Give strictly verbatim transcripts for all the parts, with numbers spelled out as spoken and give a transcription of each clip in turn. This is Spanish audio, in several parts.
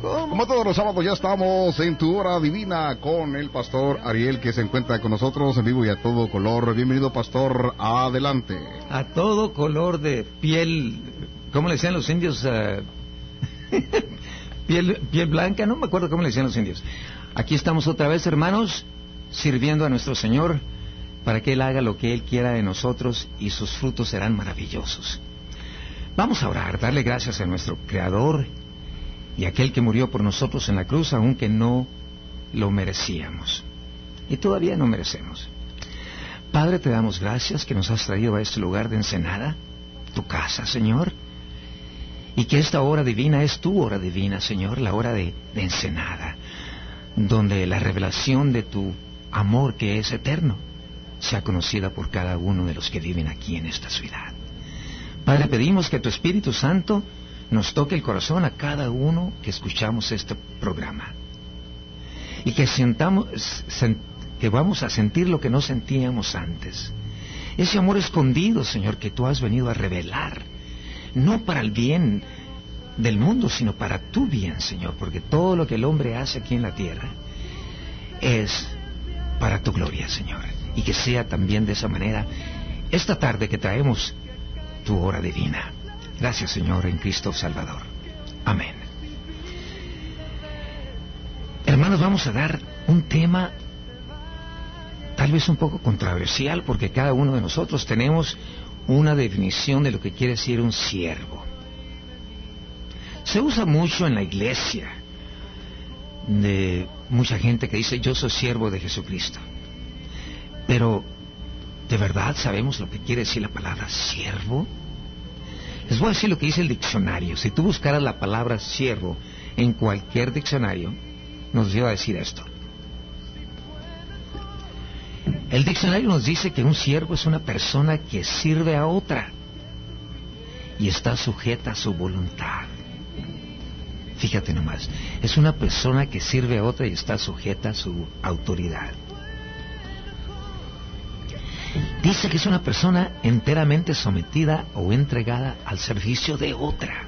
Como todos los sábados ya estamos en tu hora divina con el pastor Ariel, que se encuentra con nosotros en vivo y a todo color. Bienvenido, pastor, adelante. A todo color de piel, ¿cómo le decían los indios? Uh, piel, piel blanca, no me acuerdo cómo le decían los indios. Aquí estamos otra vez, hermanos, sirviendo a nuestro Señor para que Él haga lo que Él quiera de nosotros y sus frutos serán maravillosos. Vamos a orar, darle gracias a nuestro Creador y aquel que murió por nosotros en la cruz, aunque no lo merecíamos. Y todavía no merecemos. Padre, te damos gracias que nos has traído a este lugar de Ensenada, tu casa, Señor, y que esta hora divina es tu hora divina, Señor, la hora de, de Ensenada, donde la revelación de tu amor, que es eterno, sea conocida por cada uno de los que viven aquí en esta ciudad. Padre, pedimos que tu Espíritu Santo nos toque el corazón a cada uno que escuchamos este programa. Y que sentamos, sent, que vamos a sentir lo que no sentíamos antes. Ese amor escondido, Señor, que tú has venido a revelar. No para el bien del mundo, sino para tu bien, Señor. Porque todo lo que el hombre hace aquí en la tierra es para tu gloria, Señor. Y que sea también de esa manera esta tarde que traemos tu hora divina. Gracias, Señor, en Cristo Salvador. Amén. Hermanos, vamos a dar un tema tal vez un poco controversial, porque cada uno de nosotros tenemos una definición de lo que quiere decir un siervo. Se usa mucho en la iglesia, de mucha gente que dice, yo soy siervo de Jesucristo. Pero, ¿de verdad sabemos lo que quiere decir la palabra siervo? Les voy a decir lo que dice el diccionario. Si tú buscaras la palabra siervo en cualquier diccionario, nos lleva a decir esto. El diccionario nos dice que un siervo es una persona que sirve a otra y está sujeta a su voluntad. Fíjate nomás, es una persona que sirve a otra y está sujeta a su autoridad. Dice que es una persona enteramente sometida o entregada al servicio de otra.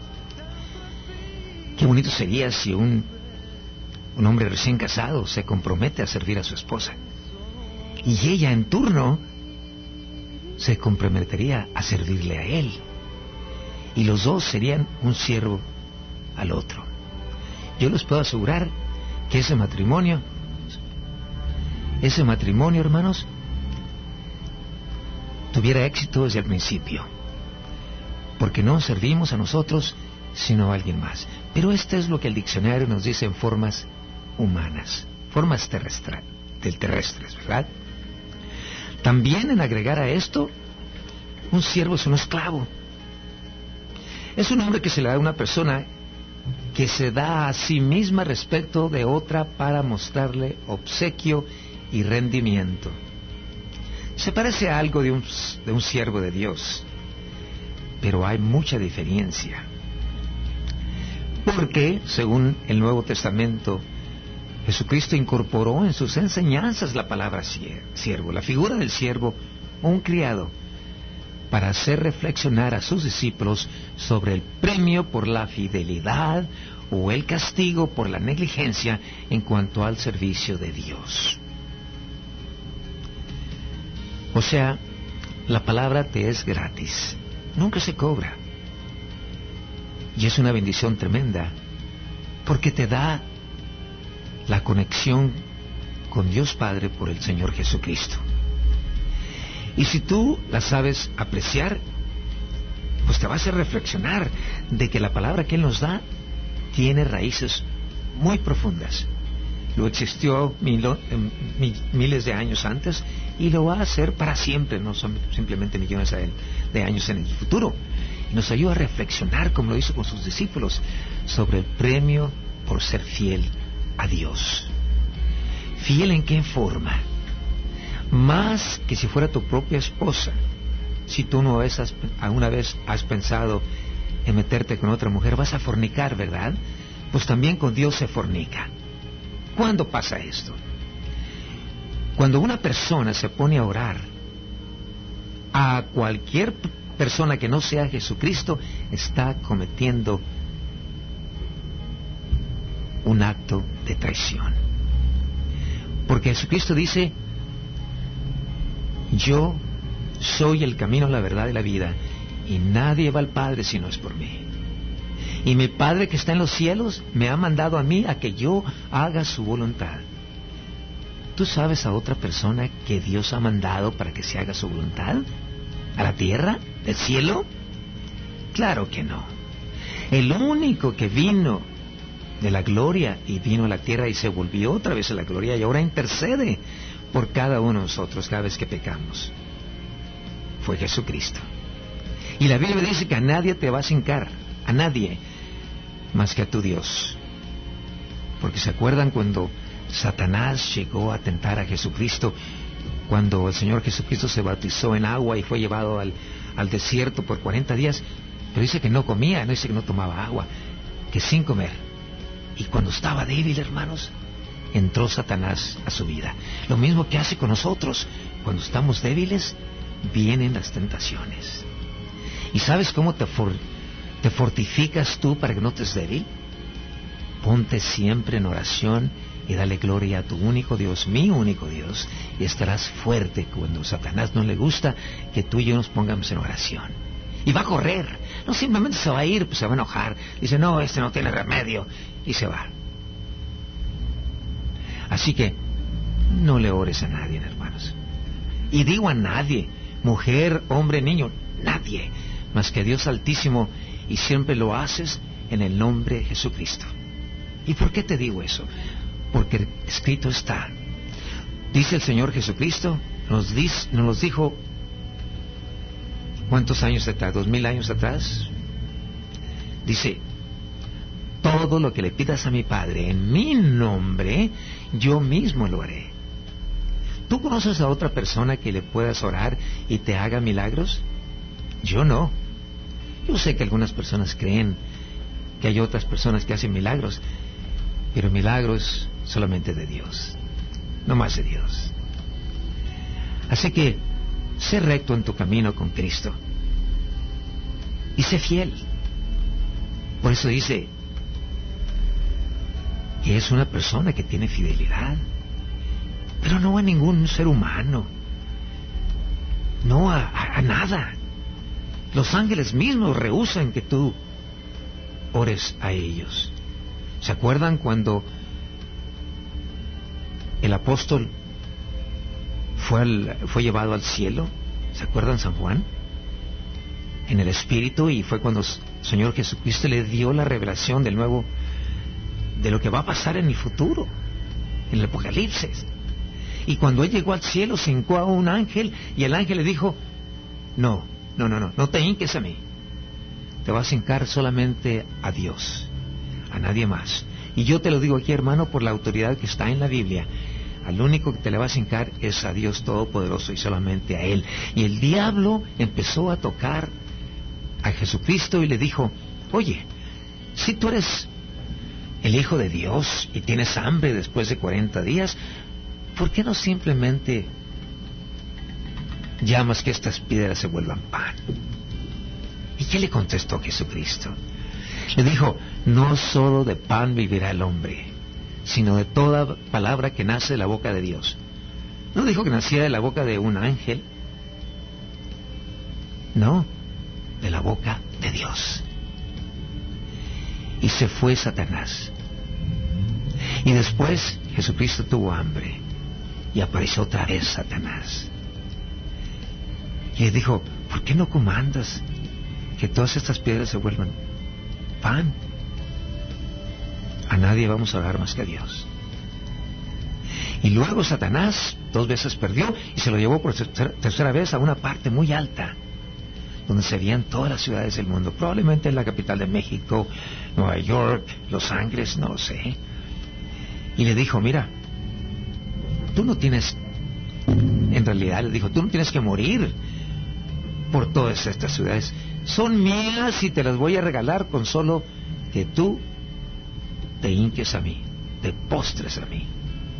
Qué bonito sería si un, un hombre recién casado se compromete a servir a su esposa y ella en turno se comprometería a servirle a él, y los dos serían un siervo al otro. Yo les puedo asegurar que ese matrimonio, ese matrimonio, hermanos, tuviera éxito desde el principio, porque no servimos a nosotros sino a alguien más. Pero esto es lo que el diccionario nos dice en formas humanas, formas terrestres, del terrestres, ¿verdad? También en agregar a esto, un siervo es un esclavo. Es un hombre que se le da a una persona que se da a sí misma respecto de otra para mostrarle obsequio y rendimiento. Se parece a algo de un, de un siervo de Dios, pero hay mucha diferencia. Porque, según el Nuevo Testamento, Jesucristo incorporó en sus enseñanzas la palabra siervo, la figura del siervo, un criado, para hacer reflexionar a sus discípulos sobre el premio por la fidelidad o el castigo por la negligencia en cuanto al servicio de Dios. O sea, la palabra te es gratis, nunca se cobra. Y es una bendición tremenda, porque te da la conexión con Dios Padre por el Señor Jesucristo. Y si tú la sabes apreciar, pues te va a hacer reflexionar de que la palabra que Él nos da tiene raíces muy profundas. Lo existió milo, eh, miles de años antes y lo va a hacer para siempre, no son simplemente millones de años en el futuro. Y nos ayuda a reflexionar, como lo hizo con sus discípulos, sobre el premio por ser fiel a Dios. ¿Fiel en qué forma? Más que si fuera tu propia esposa. Si tú no has, alguna vez has pensado en meterte con otra mujer, vas a fornicar, ¿verdad? Pues también con Dios se fornica. ¿Cuándo pasa esto? Cuando una persona se pone a orar a cualquier persona que no sea Jesucristo, está cometiendo un acto de traición. Porque Jesucristo dice, yo soy el camino, la verdad y la vida, y nadie va al Padre si no es por mí. Y mi Padre que está en los cielos me ha mandado a mí a que yo haga su voluntad. ¿Tú sabes a otra persona que Dios ha mandado para que se haga su voluntad? ¿A la tierra? ¿Del cielo? Claro que no. El único que vino de la gloria y vino a la tierra y se volvió otra vez a la gloria y ahora intercede por cada uno de nosotros cada vez que pecamos fue Jesucristo. Y la Biblia dice que a nadie te vas a hincar, a nadie, más que a tu Dios. Porque se acuerdan cuando Satanás llegó a tentar a Jesucristo, cuando el Señor Jesucristo se bautizó en agua y fue llevado al, al desierto por cuarenta días, pero dice que no comía, no dice que no tomaba agua, que sin comer. Y cuando estaba débil, hermanos, entró Satanás a su vida. Lo mismo que hace con nosotros. Cuando estamos débiles, vienen las tentaciones. ¿Y sabes cómo te, for te fortificas tú para que no estés débil? Ponte siempre en oración y dale gloria a tu único Dios, mi único Dios, y estarás fuerte cuando a Satanás no le gusta que tú y yo nos pongamos en oración. Y va a correr, no simplemente se va a ir, pues se va a enojar, dice, no, este no tiene remedio, y se va. Así que no le ores a nadie, hermanos. Y digo a nadie, mujer, hombre, niño, nadie, más que a Dios Altísimo, y siempre lo haces en el nombre de Jesucristo. ¿Y por qué te digo eso? Porque escrito está, dice el Señor Jesucristo, nos, dice, nos dijo, ¿cuántos años atrás? ¿Dos mil años atrás? Dice, todo lo que le pidas a mi Padre en mi nombre, yo mismo lo haré. ¿Tú conoces a otra persona que le puedas orar y te haga milagros? Yo no. Yo sé que algunas personas creen que hay otras personas que hacen milagros, pero milagros solamente de Dios, no más de Dios. Así que sé recto en tu camino con Cristo y sé fiel. Por eso dice que es una persona que tiene fidelidad, pero no a ningún ser humano, no a, a, a nada. Los ángeles mismos rehúsan que tú ores a ellos. ¿Se acuerdan cuando el apóstol fue, al, fue llevado al cielo? ¿Se acuerdan San Juan? En el Espíritu, y fue cuando el Señor Jesucristo le dio la revelación del nuevo, de lo que va a pasar en el futuro, en el Apocalipsis. Y cuando él llegó al cielo, se hincó a un ángel, y el ángel le dijo, no, no, no, no, no te hinques a mí. Te vas a hincar solamente a Dios, a nadie más. Y yo te lo digo aquí, hermano, por la autoridad que está en la Biblia. Al único que te le vas a hincar es a Dios Todopoderoso y solamente a Él. Y el diablo empezó a tocar a Jesucristo y le dijo, oye, si tú eres el Hijo de Dios y tienes hambre después de cuarenta días, ¿por qué no simplemente llamas que estas piedras se vuelvan pan? ¿Y qué le contestó Jesucristo? Le dijo, no solo de pan vivirá el hombre, sino de toda palabra que nace de la boca de Dios. No dijo que naciera de la boca de un ángel, no, de la boca de Dios. Y se fue Satanás. Y después Jesucristo tuvo hambre y apareció otra vez Satanás. Y le dijo, ¿por qué no comandas que todas estas piedras se vuelvan pan? A nadie vamos a orar más que a Dios. Y luego Satanás dos veces perdió y se lo llevó por tercera, tercera vez a una parte muy alta, donde se veían todas las ciudades del mundo, probablemente en la capital de México, Nueva York, Los Ángeles, no lo sé. Y le dijo, mira, tú no tienes, en realidad le dijo, tú no tienes que morir por todas estas ciudades, son mías y te las voy a regalar con solo que tú te hinques a mí, te postres a mí.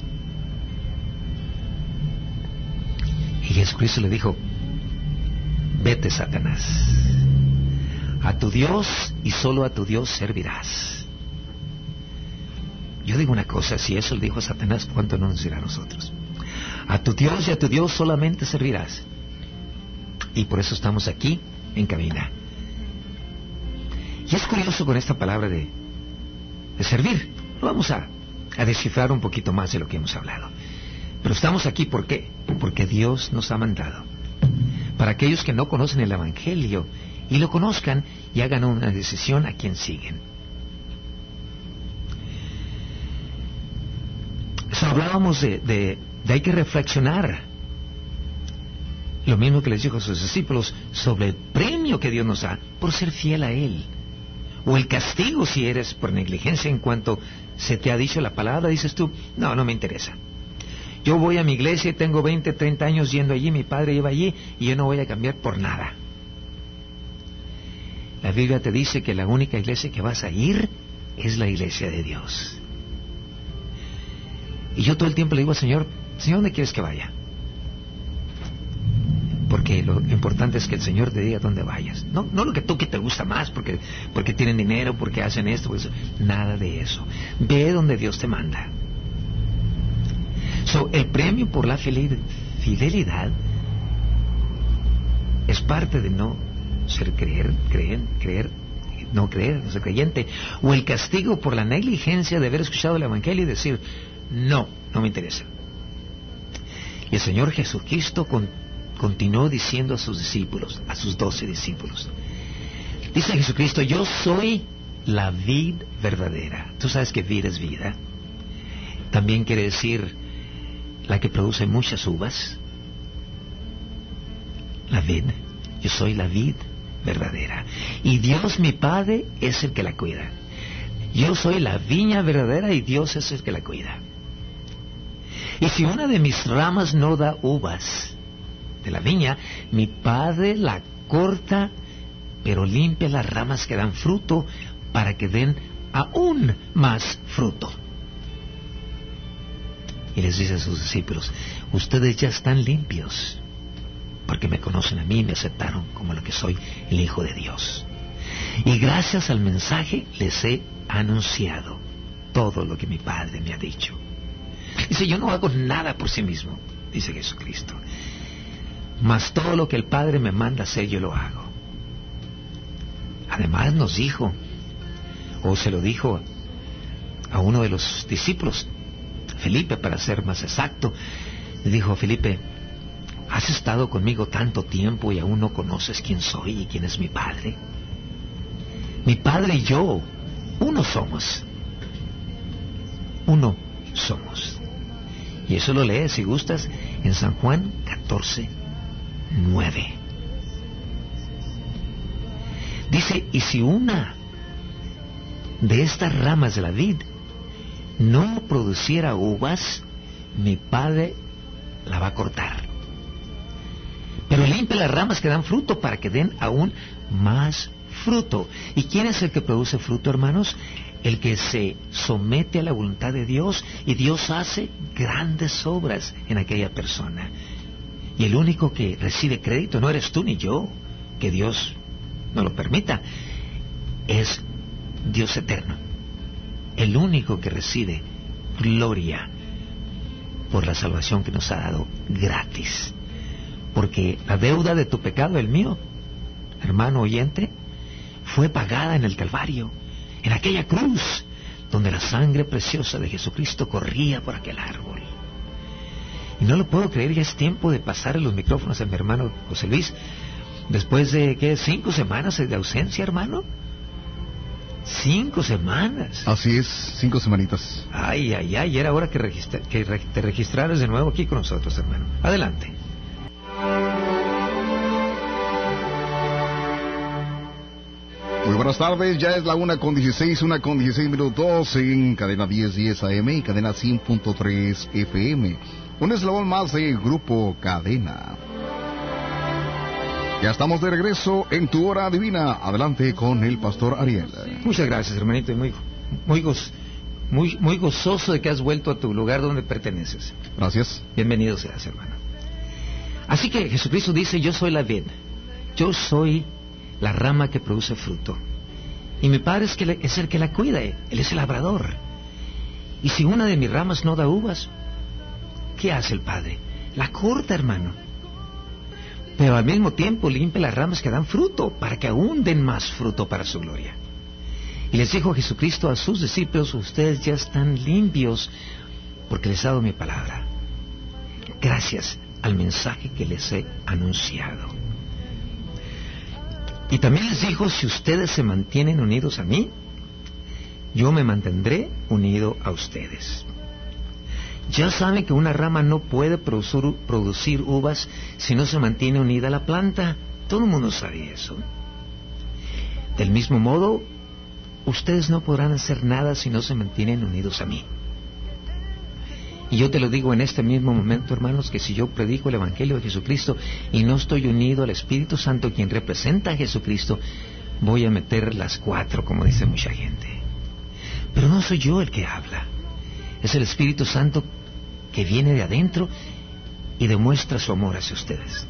Y Jesucristo le dijo, vete, Satanás, a tu Dios y solo a tu Dios servirás. Yo digo una cosa, si eso le dijo a Satanás, ¿cuánto no nos dirá a nosotros? A tu Dios y a tu Dios solamente servirás. Y por eso estamos aquí en cabina. Y es curioso con esta palabra de, de servir. Lo vamos a, a descifrar un poquito más de lo que hemos hablado. Pero estamos aquí, ¿por qué? Porque Dios nos ha mandado. Para aquellos que no conocen el Evangelio y lo conozcan y hagan una decisión a quién siguen. So, hablábamos de, de, de hay que reflexionar. Lo mismo que les dijo a sus discípulos sobre el premio que Dios nos da por ser fiel a Él. O el castigo si eres por negligencia en cuanto se te ha dicho la palabra, dices tú, no, no me interesa. Yo voy a mi iglesia y tengo veinte, treinta años yendo allí, mi padre lleva allí y yo no voy a cambiar por nada. La Biblia te dice que la única iglesia que vas a ir es la iglesia de Dios. Y yo todo el tiempo le digo al Señor, Señor, ¿dónde quieres que vaya? Porque lo importante es que el Señor te diga dónde vayas. No, no lo que tú que te gusta más, porque, porque tienen dinero, porque hacen esto, pues, nada de eso. Ve donde Dios te manda. So, el premio por la fidelidad es parte de no ser creer, creer, creer, no creer, no ser creyente, o el castigo por la negligencia de haber escuchado el Evangelio y decir, no, no me interesa. Y el Señor Jesucristo con, continuó diciendo a sus discípulos, a sus doce discípulos, dice Jesucristo, yo soy la vid verdadera. Tú sabes que vid es vida. También quiere decir la que produce muchas uvas. La vid, yo soy la vid verdadera. Y Dios mi Padre es el que la cuida. Yo soy la viña verdadera y Dios es el que la cuida. Y si una de mis ramas no da uvas de la viña, mi Padre la corta, pero limpia las ramas que dan fruto para que den aún más fruto. Y les dice a sus discípulos, ustedes ya están limpios, porque me conocen a mí y me aceptaron como lo que soy, el Hijo de Dios. Y gracias al mensaje les he anunciado todo lo que mi Padre me ha dicho. Dice, yo no hago nada por sí mismo, dice Jesucristo, mas todo lo que el Padre me manda hacer yo lo hago. Además nos dijo, o se lo dijo a uno de los discípulos, Felipe, para ser más exacto, le dijo a Felipe, ¿has estado conmigo tanto tiempo y aún no conoces quién soy y quién es mi Padre? Mi Padre y yo, uno somos. Uno somos. Y eso lo lees, si gustas, en San Juan catorce, nueve. Dice, y si una de estas ramas de la vid no produciera uvas, mi Padre la va a cortar. Pero limpia las ramas que dan fruto para que den aún más fruto. ¿Y quién es el que produce fruto, hermanos? El que se somete a la voluntad de Dios, y Dios hace grandes obras en aquella persona. Y el único que recibe crédito no eres tú ni yo, que Dios no lo permita, es Dios eterno. El único que recibe gloria por la salvación que nos ha dado gratis. Porque la deuda de tu pecado, el mío, hermano oyente, fue pagada en el Calvario, en aquella cruz, donde la sangre preciosa de Jesucristo corría por aquel árbol. Y no lo puedo creer, ya es tiempo de pasar los micrófonos a mi hermano José Luis, después de, ¿qué? ¿Cinco semanas de ausencia, hermano? Cinco semanas. Así es, cinco semanitas. Ay, ay, ay, era hora que, registra, que re, te registraras de nuevo aquí con nosotros, hermano. Adelante. Muy buenas tardes, ya es la una con dieciséis, una con dieciséis minutos en cadena diez diez A M y cadena cien punto tres F M. Un eslabón más de Grupo Cadena. Ya estamos de regreso en tu hora divina. Adelante con el pastor Ariel. Muchas gracias, hermanito, y muy, muy, goz, muy, muy gozoso de que has vuelto a tu lugar donde perteneces. Gracias. Bienvenido seas, hermano. Así que Jesucristo dice, yo soy la vid, yo soy la rama que produce fruto, y mi Padre es, que le, es el que la cuida, Él es el labrador. Y si una de mis ramas no da uvas, ¿qué hace el Padre? La corta, hermano. Pero al mismo tiempo limpia las ramas que dan fruto, para que aún den más fruto para su gloria. Y les dijo Jesucristo a sus discípulos: ustedes ya están limpios, porque les he dado mi palabra, gracias al mensaje que les he anunciado. Y también les dijo: si ustedes se mantienen unidos a mí, yo me mantendré unido a ustedes. Ya saben que una rama no puede producir, producir uvas si no se mantiene unida a la planta. Todo el mundo sabe eso. Del mismo modo, ustedes no podrán hacer nada si no se mantienen unidos a mí. Y yo te lo digo en este mismo momento, hermanos, que si yo predico el Evangelio de Jesucristo y no estoy unido al Espíritu Santo, quien representa a Jesucristo, voy a meter las cuatro, como dice mucha gente. Pero no soy yo el que habla. Es el Espíritu Santo que viene de adentro y demuestra su amor hacia ustedes.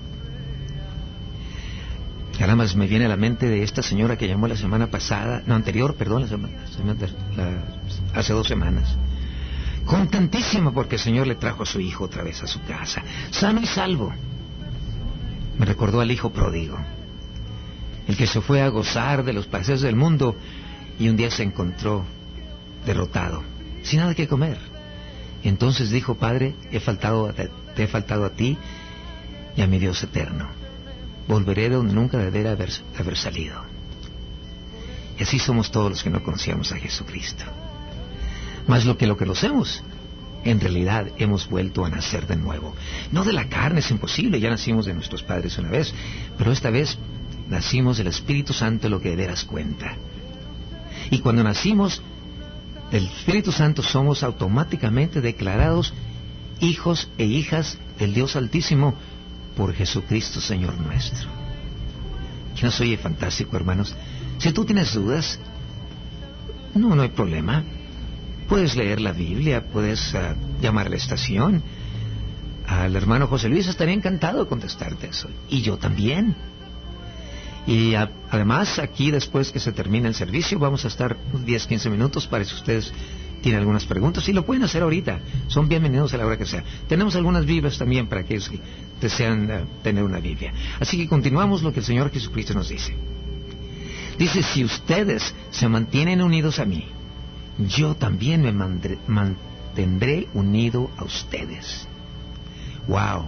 Nada más me viene a la mente de esta señora que llamó la semana pasada, no, anterior, perdón, la semana, la, hace dos semanas. Contentísima porque el Señor le trajo a su hijo otra vez a su casa, sano y salvo. Me recordó al hijo pródigo, el que se fue a gozar de los placeres del mundo y un día se encontró derrotado, sin nada que comer. Entonces dijo: Padre, he faltado a te, te he faltado a ti y a mi Dios eterno. Volveré de donde nunca debería haber, haber salido. Y así somos todos los que no conocíamos a Jesucristo. Mas lo que lo que conocemos, en realidad hemos vuelto a nacer de nuevo. No de la carne, es imposible, ya nacimos de nuestros padres una vez, pero esta vez nacimos del Espíritu Santo, lo que de veras cuenta. Y cuando nacimos del Espíritu Santo, somos automáticamente declarados hijos e hijas del Dios Altísimo por Jesucristo Señor nuestro. ¿Que nos oye fantástico, hermanos? Si tú tienes dudas, no, no hay problema. Puedes leer la Biblia, puedes uh, llamar a la estación. Al hermano José Luis estaría encantado de contestarte eso. Y yo también. Y a, además, aquí después que se termine el servicio, vamos a estar unos diez, quince minutos para si ustedes tienen algunas preguntas. Y lo pueden hacer ahorita. Son bienvenidos a la hora que sea. Tenemos algunas Biblias también para aquellos que desean uh, tener una Biblia. Así que continuamos lo que el Señor Jesucristo nos dice. Dice: si ustedes se mantienen unidos a mí, yo también me mandré, mantendré unido a ustedes. Wow.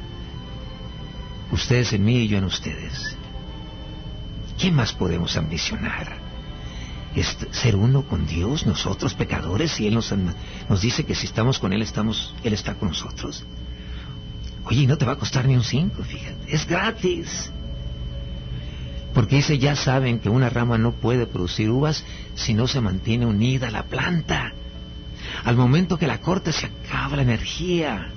Ustedes en mí y yo en ustedes. ¿Qué más podemos ambicionar? ¿Es ser uno con Dios, nosotros pecadores? Y Él nos, nos dice que si estamos con Él, estamos, Él está con nosotros. Oye, y no te va a costar ni un cinco, fíjate. Es gratis. Porque dice: ya saben que una rama no puede producir uvas si no se mantiene unida a la planta. Al momento que la cortes se acaba la energía.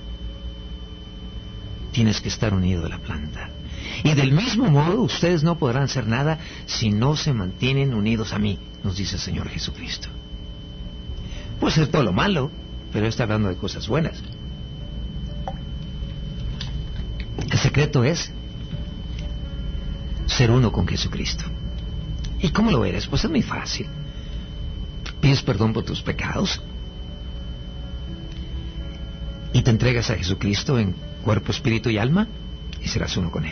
Tienes que estar unido a la planta. Y del mismo modo ustedes no podrán hacer nada si no se mantienen unidos a mí, nos dice el Señor Jesucristo. Puede ser todo lo malo, pero está hablando de cosas buenas. El secreto es ser uno con Jesucristo. ¿Y cómo lo eres? Pues es muy fácil. Pides perdón por tus pecados y te entregas a Jesucristo en cuerpo, espíritu y alma, y serás uno con Él.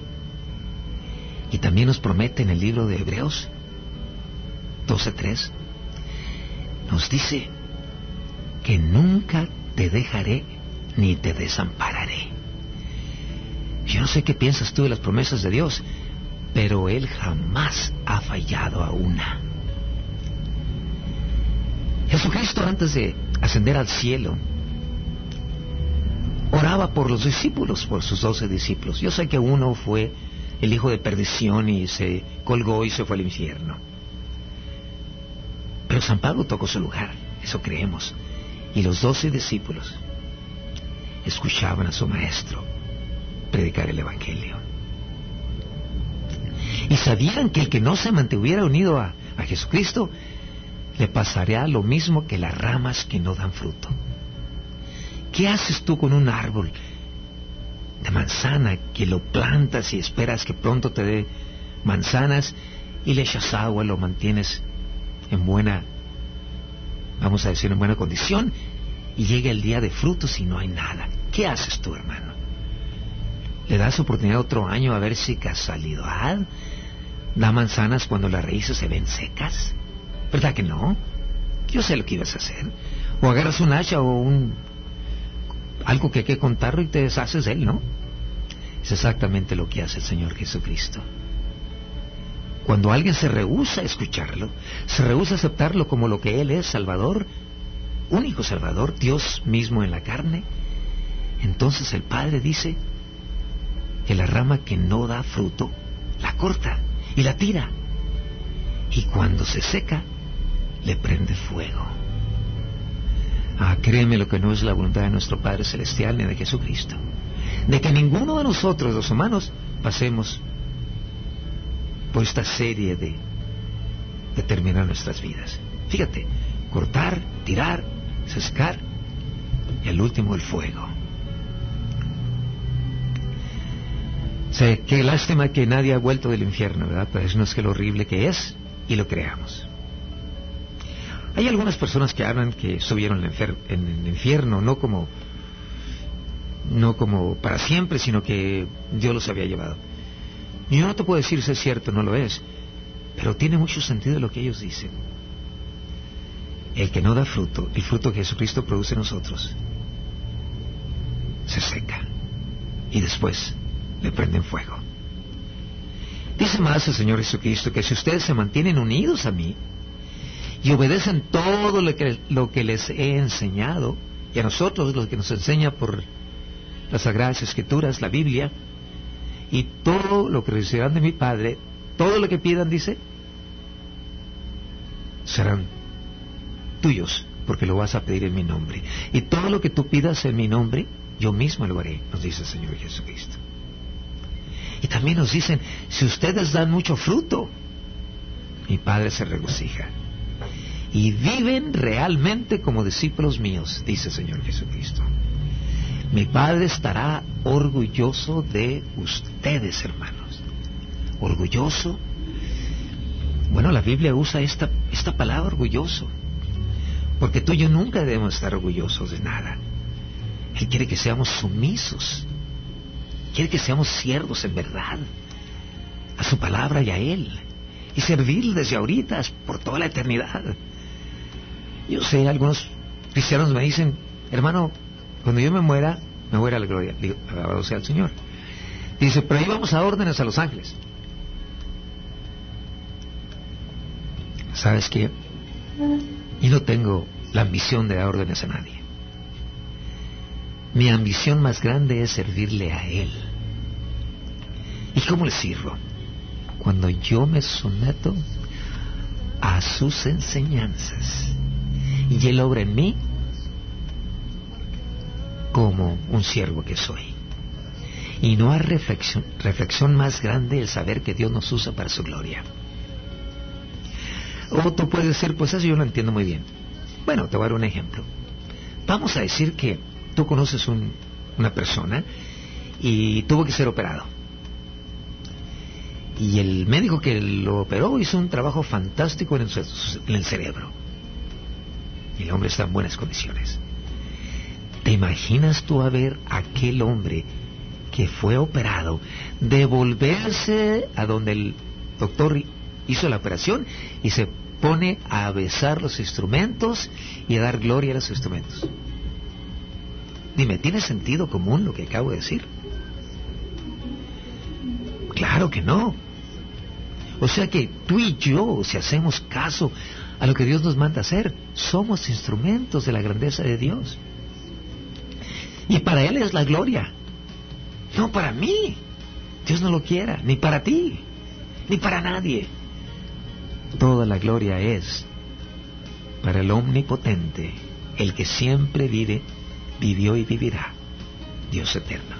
Y también nos promete en el libro de Hebreos doce tres, nos dice que nunca te dejaré ni te desampararé. Yo no sé qué piensas tú de las promesas de Dios, pero Él jamás ha fallado a una. Jesucristo, antes de ascender al cielo, oraba por los discípulos, por sus doce discípulos. Yo sé que uno fue el hijo de perdición y se colgó y se fue al infierno. Pero San Pablo tocó su lugar, eso creemos. Y los doce discípulos escuchaban a su maestro predicar el Evangelio. Y sabían que el que no se mantuviera unido a, a Jesucristo, le pasaría lo mismo que las ramas que no dan fruto. ¿Qué haces tú con un árbol de manzana que lo plantas y esperas que pronto te dé manzanas y le echas agua, lo mantienes en buena vamos a decir, en buena condición, y llega el día de frutos y no hay nada. ¿Qué haces tú, hermano? ¿Le das oportunidad otro año a ver si casualidad da manzanas cuando las raíces se ven secas? ¿Verdad que no? Yo sé lo que ibas a hacer. O agarras un hacha o un algo que hay que contarlo y te deshaces de él, ¿no? Es exactamente lo que hace el Señor Jesucristo. Cuando alguien se rehúsa a escucharlo, se rehúsa a aceptarlo como lo que Él es, Salvador, único Salvador, Dios mismo en la carne, entonces el Padre dice que la rama que no da fruto, la corta y la tira. Y cuando se seca, le prende fuego. Ah, créeme lo que no es la voluntad de nuestro Padre Celestial ni de Jesucristo, de que ninguno de nosotros, los humanos, pasemos por esta serie de, de terminar nuestras vidas. Fíjate, cortar, tirar, secar y al último el fuego. O sea, qué lástima que nadie ha vuelto del infierno, ¿verdad? Pero eso no es que lo horrible que es y lo creamos. Hay algunas personas que hablan que estuvieron en el infierno, no como no como para siempre, sino que Dios los había llevado. Y yo no te puedo decir si es cierto, no lo es, pero tiene mucho sentido lo que ellos dicen. El que no da fruto, el fruto que Jesucristo produce en nosotros, se seca y después le prenden fuego. Dice más el Señor Jesucristo que si ustedes se mantienen unidos a mí y obedecen todo lo que, lo que les he enseñado, y a nosotros lo que nos enseña por las Sagradas Escrituras, la Biblia, y todo lo que recibirán de mi Padre, todo lo que pidan, dice, serán tuyos, porque lo vas a pedir en mi nombre. Y todo lo que tú pidas en mi nombre, yo mismo lo haré, nos dice el Señor Jesucristo. Y también nos dicen, si ustedes dan mucho fruto, mi Padre se regocija. Y viven realmente como discípulos míos, dice el Señor Jesucristo. Mi Padre estará orgulloso de ustedes, hermanos. Orgulloso. Bueno, la Biblia usa esta, esta palabra orgulloso, porque tú y yo nunca debemos estar orgullosos de nada. Él quiere que seamos sumisos. Quiere que seamos siervos en verdad a su palabra y a Él, y servirle desde ahorita por toda la eternidad. Yo sé, algunos cristianos me dicen, hermano, cuando yo me muera, me voy a la gloria. Digo, alabado sea el Señor. Dice, pero ahí vamos a órdenes a los ángeles. ¿Sabes qué? Yo no tengo la ambición de dar órdenes a nadie. Mi ambición más grande es servirle a Él. ¿Y cómo le sirvo? Cuando yo me someto a sus enseñanzas y Él obra en mí como un siervo que soy. Y no hay reflexión, reflexión más grande el saber que Dios nos usa para su gloria. O tú puedes decir, pues eso yo lo entiendo muy bien. Bueno, te voy a dar un ejemplo. Vamos a decir que tú conoces un, una persona y tuvo que ser operado. Y el médico que lo operó hizo un trabajo fantástico en el, en el cerebro. Y el hombre está en buenas condiciones. ¿Te imaginas tú a ver a aquel hombre que fue operado devolverse a donde el doctor hizo la operación y se pone a besar los instrumentos y a dar gloria a los instrumentos? Dime, ¿tiene sentido común lo que acabo de decir? Claro que no. O sea que tú y yo, si hacemos caso a lo que Dios nos manda hacer, somos instrumentos de la grandeza de Dios. Y para Él es la gloria, no para mí. Dios no lo quiera, ni para ti, ni para nadie. Toda la gloria es para el omnipotente, el que siempre vive, vivió y vivirá, Dios eterno.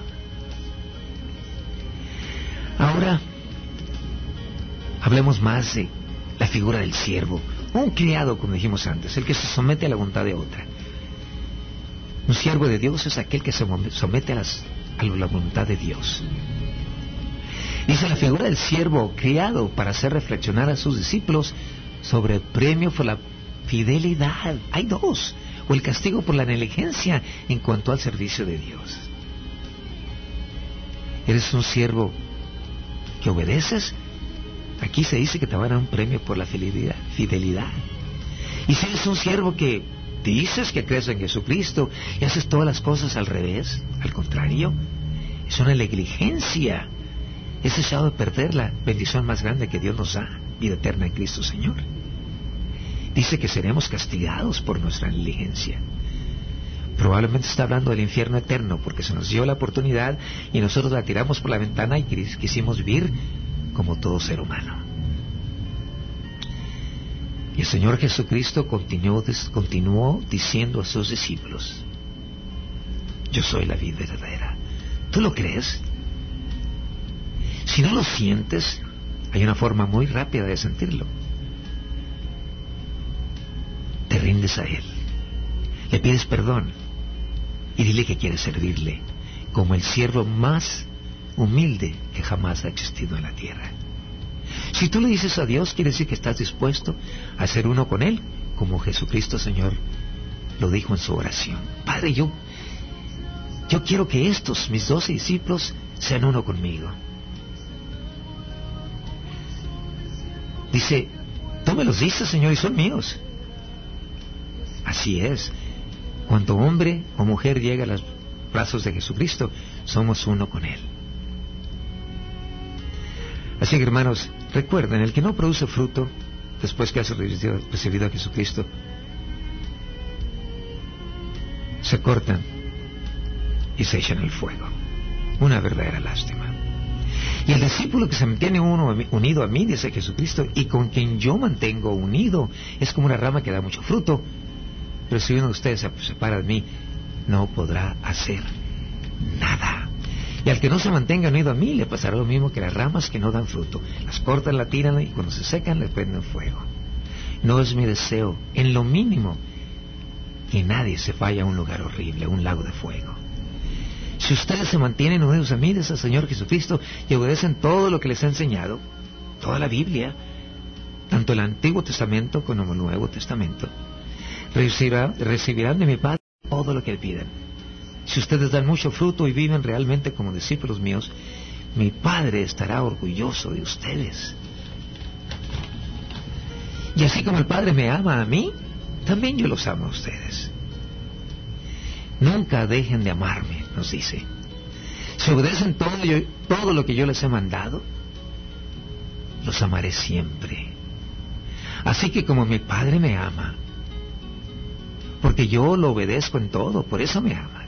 Ahora, hablemos más de la figura del siervo, un criado, como dijimos antes, el que se somete a la voluntad de otra. Un siervo de Dios es aquel que se somete a, las, a la voluntad de Dios. Dice la figura del siervo criado para hacer reflexionar a sus discípulos sobre el premio por la fidelidad. Hay dos. O el castigo por la negligencia en cuanto al servicio de Dios. ¿Eres un siervo que obedeces? Aquí se dice que te van a dar un premio por la fidelidad. fidelidad. Y si eres un siervo que dices que crees en Jesucristo y haces todas las cosas al revés, al contrario, es una negligencia. Es echado de perder la bendición más grande que Dios nos da, vida eterna en Cristo Señor. Dice que seremos castigados por nuestra negligencia. Probablemente está hablando del infierno eterno, porque se nos dio la oportunidad y nosotros la tiramos por la ventana y quisimos vivir como todo ser humano. Y el Señor Jesucristo continuó, continuó diciendo a sus discípulos: yo soy la vid verdadera. ¿Tú lo crees? Si no lo sientes, hay una forma muy rápida de sentirlo. Te rindes a Él, le pides perdón y dile que quieres servirle como el siervo más humilde que jamás ha existido en la tierra. Si tú le dices a Dios, quiere decir que estás dispuesto a ser uno con Él, como Jesucristo Señor lo dijo en su oración. Padre, yo, yo quiero que estos, mis doce discípulos, sean uno conmigo. Dice, tú me los dices, Señor, y son míos. Así es. Cuando hombre o mujer llega a los brazos de Jesucristo, somos uno con Él. Así que, hermanos, recuerden, el que no produce fruto después que ha recibido a Jesucristo, se cortan y se echan al fuego. Una verdadera lástima. Y el discípulo que se mantiene uno unido a mí, dice Jesucristo, y con quien yo mantengo unido, es como una rama que da mucho fruto. Pero si uno de ustedes se separa de mí, no podrá hacer nada. Y al que no se mantenga unido a mí, le pasará lo mismo que las ramas que no dan fruto. Las cortan, la tiran y cuando se secan, les prenden fuego. No es mi deseo, en lo mínimo, que nadie se vaya a un lugar horrible, a un lago de fuego. Si ustedes se mantienen unidos a mí, dice el Señor Jesucristo, y obedecen todo lo que les he enseñado, toda la Biblia, tanto el Antiguo Testamento como el Nuevo Testamento, recibirán, recibirán de mi Padre todo lo que le pidan. Si ustedes dan mucho fruto y viven realmente como discípulos míos, mi Padre estará orgulloso de ustedes. Y así como el Padre me ama a mí, también yo los amo a ustedes. Nunca dejen de amarme, nos dice. Si obedecen todo, yo, todo lo que yo les he mandado, los amaré siempre. Así que como mi Padre me ama, porque yo lo obedezco en todo, por eso me ama.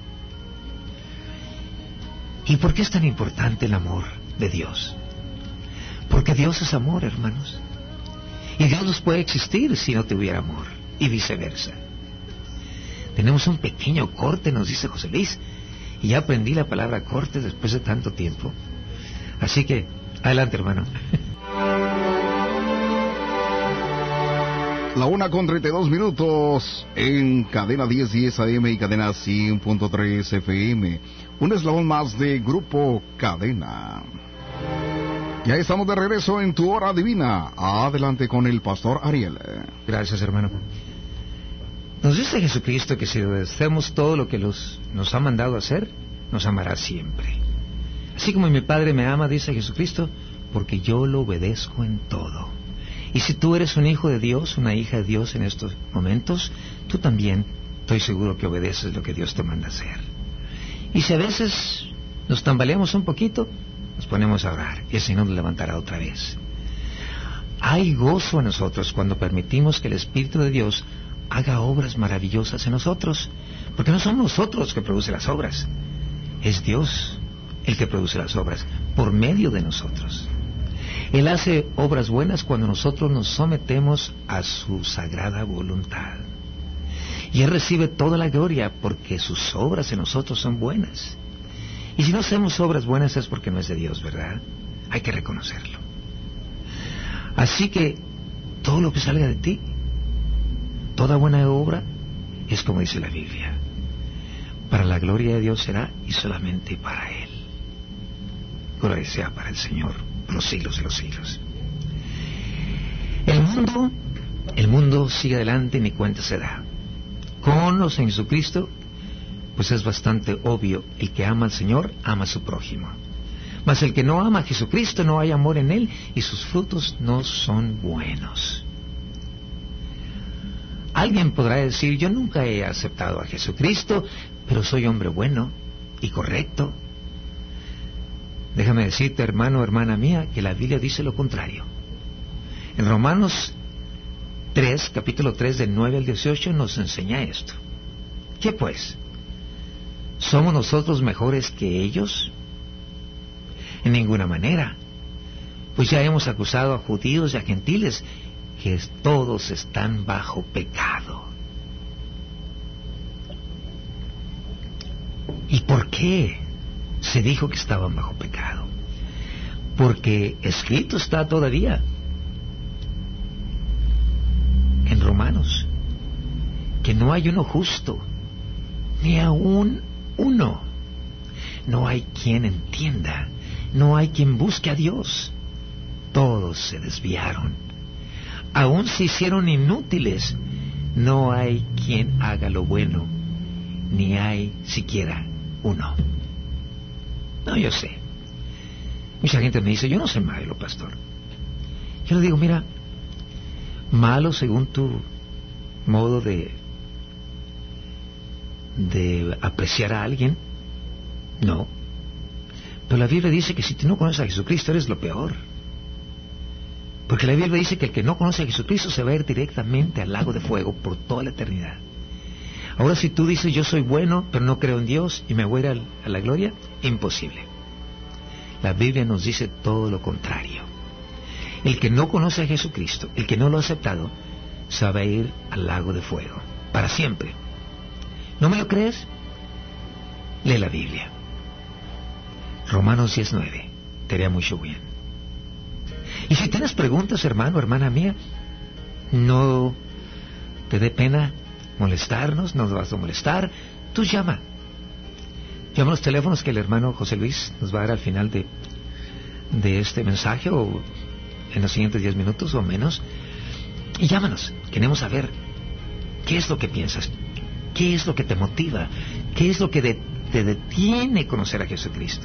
¿Y por qué es tan importante el amor de Dios? Porque Dios es amor, hermanos. Y Dios no puede existir si no tuviera amor, y viceversa. Tenemos un pequeño corte, nos dice José Luis, y ya aprendí la palabra corte después de tanto tiempo. Así que, adelante, hermano. La una con treinta y dos minutos en cadena diez diez A M y cadena cien punto tres F M. Un eslabón más de Grupo Cadena. Ya estamos de regreso en tu hora divina. Adelante con el pastor Ariel. Gracias, hermano. Nos dice Jesucristo que si obedecemos todo lo que los, nos ha mandado hacer, nos amará siempre. Así como mi Padre me ama, dice Jesucristo, porque yo lo obedezco en todo. Y si tú eres un hijo de Dios, una hija de Dios en estos momentos, tú también estoy seguro que obedeces lo que Dios te manda hacer. Y si a veces nos tambaleamos un poquito, nos ponemos a orar y el Señor nos levantará otra vez. Hay gozo en nosotros cuando permitimos que el Espíritu de Dios haga obras maravillosas en nosotros, porque no somos nosotros los que producen las obras, es Dios el que produce las obras por medio de nosotros. Él hace obras buenas cuando nosotros nos sometemos a su sagrada voluntad. Y Él recibe toda la gloria porque sus obras en nosotros son buenas. Y si no hacemos obras buenas es porque no es de Dios, ¿verdad? Hay que reconocerlo. Así que todo lo que salga de ti, toda buena obra, es como dice la Biblia, para la gloria de Dios será y solamente para Él. Gloria sea para el Señor por los siglos de los siglos. El mundo el mundo sigue adelante, ni cuenta se da. Con los en Jesucristo, pues es bastante obvio, el que ama al Señor, ama a su prójimo. Mas el que no ama a Jesucristo, no hay amor en él, y sus frutos no son buenos. Alguien podrá decir, yo nunca he aceptado a Jesucristo, pero soy hombre bueno y correcto. Déjame decirte, hermano o hermana mía, que la Biblia dice lo contrario. En Romanos tres, capítulo tres, del nueve al dieciocho, nos enseña esto. ¿Qué pues? ¿Somos nosotros mejores que ellos? En ninguna manera. Pues ya hemos acusado a judíos y a gentiles que todos están bajo pecado. ¿Y por qué se dijo que estaban bajo pecado? Porque escrito está todavía en Romanos que no hay uno justo, ni aún uno. No hay quien entienda, no hay quien busque a Dios. Todos se desviaron, aún se hicieron inútiles. No hay quien haga lo bueno, ni hay siquiera uno. No, yo sé. Mucha gente me dice, yo no soy malo, pastor. Yo le digo, mira, malo según tu modo de de apreciar a alguien, no. Pero la Biblia dice que si tú no conoces a Jesucristo eres lo peor. Porque la Biblia dice que el que no conoce a Jesucristo se va a ir directamente al lago de fuego por toda la eternidad. Ahora, si tú dices, yo soy bueno, pero no creo en Dios y me voy a ir a la gloria, imposible. La Biblia nos dice todo lo contrario. El que no conoce a Jesucristo, el que no lo ha aceptado, se va a ir al lago de fuego, para siempre. ¿No me lo crees? Lee la Biblia. Romanos diez nueve, te haría mucho bien. Y si tienes preguntas, hermano, hermana mía, no te dé pena molestarnos, no nos vas a molestar, tú llama. Llama a los teléfonos que el hermano José Luis nos va a dar al final de, de este mensaje, o en los siguientes diez minutos o menos, y llámanos. Queremos saber qué es lo que piensas, qué es lo que te motiva, qué es lo que de, te detiene conocer a Jesucristo.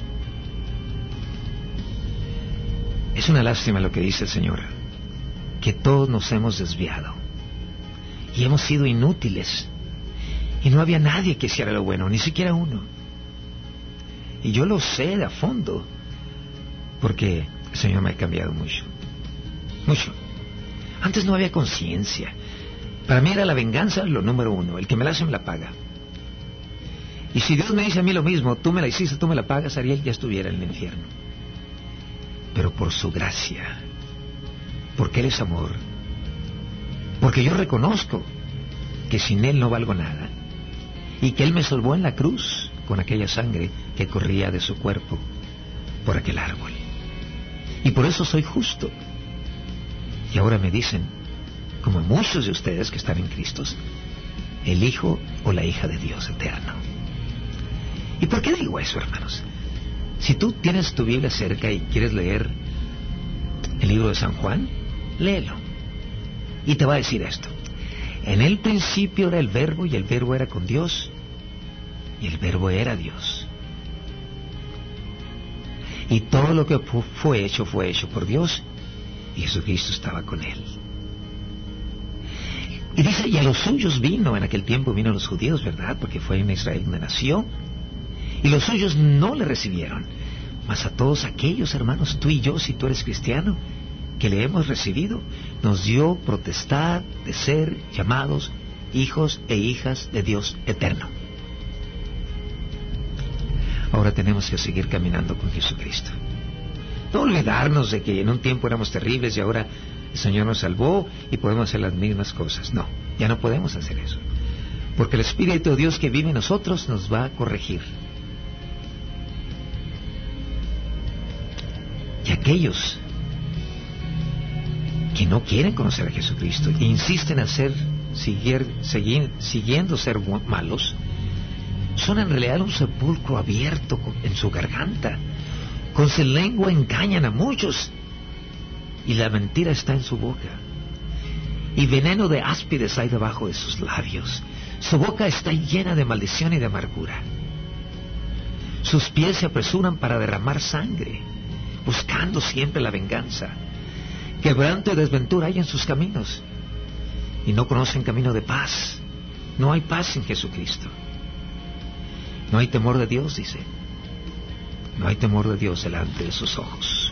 Es una lástima lo que dice el Señor, que todos nos hemos desviado y hemos sido inútiles, y no había nadie que hiciera lo bueno, ni siquiera uno. Y yo lo sé de a fondo, porque el Señor me ha cambiado mucho, mucho. Antes no había conciencia. Para mí era la venganza lo número uno. El que me la hace me la paga. Y si Dios me dice a mí lo mismo, tú me la hiciste, tú me la pagas, Ariel ya estuviera en el infierno. Pero por su gracia, porque Él es amor, porque yo reconozco que sin Él no valgo nada, y que Él me salvó en la cruz con aquella sangre que corría de su cuerpo por aquel árbol. Y por eso soy justo. Y ahora me dicen, como muchos de ustedes que están en Cristo, el Hijo o la hija de Dios eterno. ¿Y por qué digo eso, hermanos? Si tú tienes tu Biblia cerca y quieres leer el libro de San Juan, léelo. Y te va a decir esto. En el principio era el Verbo, y el Verbo era con Dios, y el Verbo era Dios. Y todo lo que fue hecho, fue hecho por Dios, y Jesucristo estaba con Él. Y dice, y a los suyos vino, en aquel tiempo vino a los judíos, ¿verdad? Porque fue en Israel donde nació. Y los suyos no le recibieron. Mas a todos aquellos, hermanos, tú y yo, si tú eres cristiano, que le hemos recibido, nos dio potestad de ser llamados hijos e hijas de Dios eterno. Ahora tenemos que seguir caminando con Jesucristo. No olvidarnos de que en un tiempo éramos terribles y ahora el Señor nos salvó y podemos hacer las mismas cosas. No, ya no podemos hacer eso. Porque el Espíritu de Dios que vive en nosotros nos va a corregir. Y aquellos que no quieren conocer a Jesucristo e insisten en ser, seguir, seguir, siguiendo ser malos, son en realidad un sepulcro abierto en su garganta. Con su lengua engañan a muchos y la mentira está en su boca. y veneno de áspides hay debajo de sus labios. Su boca está llena de maldición y de amargura. Sus pies se apresuran para derramar sangre, buscando siempre la venganza. Quebranto y desventura hay en sus caminos, y no conocen camino de paz. No hay paz en Jesucristo. No hay temor de Dios, dice. No hay temor de Dios delante de sus ojos.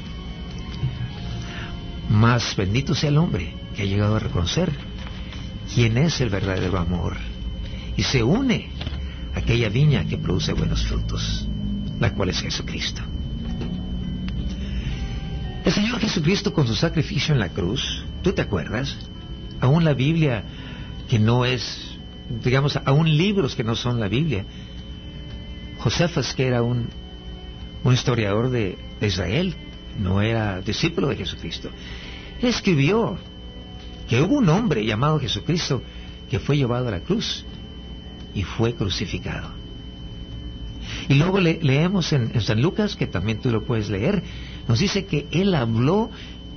Mas bendito sea el hombre que ha llegado a reconocer quién es el verdadero amor y se une a aquella viña que produce buenos frutos, la cual es Jesucristo. El Señor Jesucristo, con su sacrificio en la cruz, ¿tú te acuerdas? Aún la Biblia, que no es, digamos, aún libros que no son la Biblia. Josefas, que era un, un historiador de, de Israel, no era discípulo de Jesucristo, escribió que hubo un hombre llamado Jesucristo que fue llevado a la cruz y fue crucificado. Y luego le, leemos en, en San Lucas, que también tú lo puedes leer, nos dice que él habló